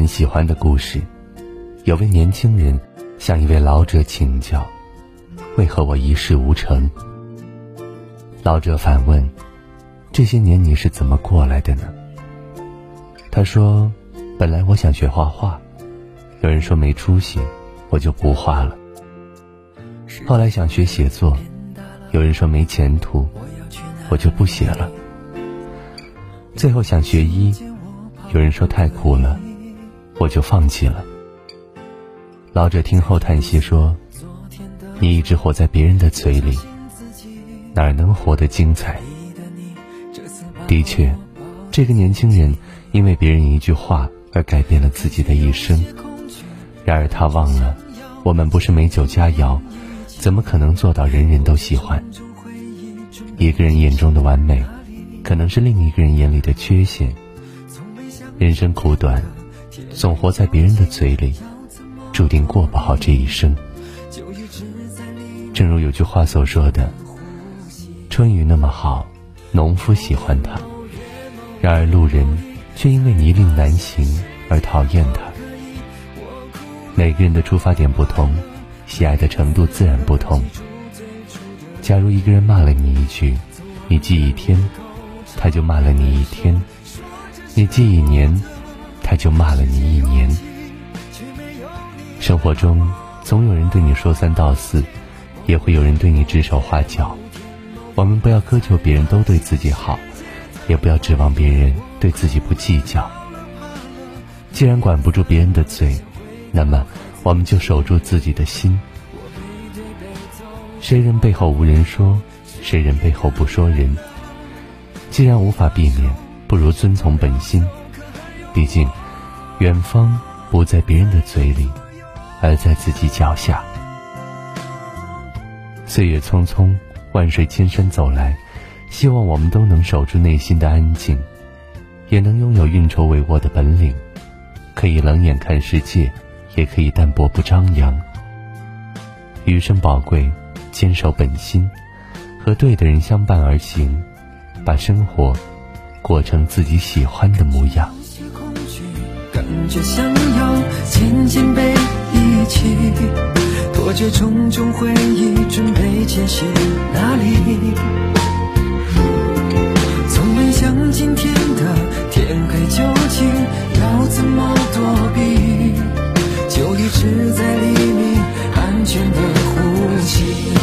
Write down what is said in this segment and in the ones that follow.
喜欢的故事。有位年轻人向一位老者请教，为何我一事无成？老者反问，这些年你是怎么过来的呢？他说，本来我想学画画，有人说没出息，我就不画了。后来想学写作，有人说没前途，我就不写了。最后想学医，有人说太苦了，我就放弃了。老者听后叹息说，你一直活在别人的嘴里，哪儿能活得精彩？的确，这个年轻人因为别人一句话而改变了自己的一生。然而他忘了，我们不是美酒佳肴，怎么可能做到人人都喜欢？一个人眼中的完美，可能是另一个人眼里的缺陷。人生苦短，总活在别人的嘴里，注定过不好这一生。正如有句话所说的，春雨那么好，农夫喜欢它，然而路人却因为泥泞难行而讨厌它。每个人的出发点不同，喜爱的程度自然不同。假如一个人骂了你一句，你记一天，他就骂了你一天；你记一年，他就骂了你一年。生活中总有人对你说三道四，也会有人对你指手画脚。我们不要苛求别人都对自己好，也不要指望别人对自己不计较。既然管不住别人的嘴，那么我们就守住自己的心。谁人背后无人说，谁人背后不说人。既然无法避免，不如遵从本心。毕竟远方不在别人的嘴里，而在自己脚下。岁月匆匆，万水千山走来，希望我们都能守住内心的安静，也能拥有运筹帷幄的本领，可以冷眼看世界，也可以淡泊不张扬。余生宝贵，坚守本心，和对的人相伴而行，把生活过成自己喜欢的模样。 感觉想要渐渐被遗弃，拖着重重回忆准备前行哪里。从没想今天的天黑究竟要怎么躲避，就一直在黎明安全的呼吸。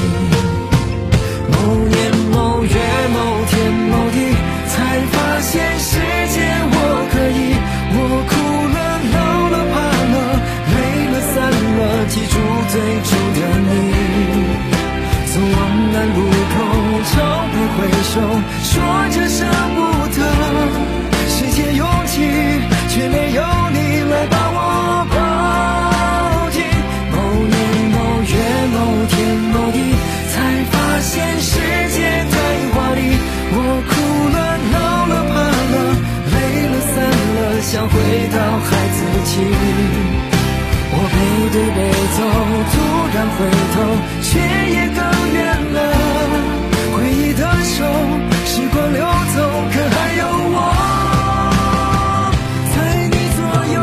某年某月某天某地，才发现世界我可以，我哭了闹了怕了累了散了，记住最初的你。走往南路口，朝北挥手，说着舍不得，世界拥挤，却没有你来把我抱紧。某年某月某天某地，才发现世界太华丽，我哭了闹了怕了累了散了，想回到孩子气。我背对背走，突然回头，却也更远了。回忆的手，时光流走，可还有我在你左右。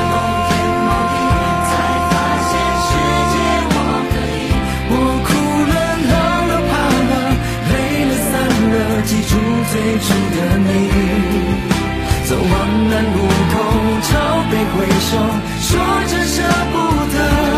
才发现世界我可以，我哭了闹了怕了累了散了，记住最初的你。走往南路口，朝北挥手，说着舍不得，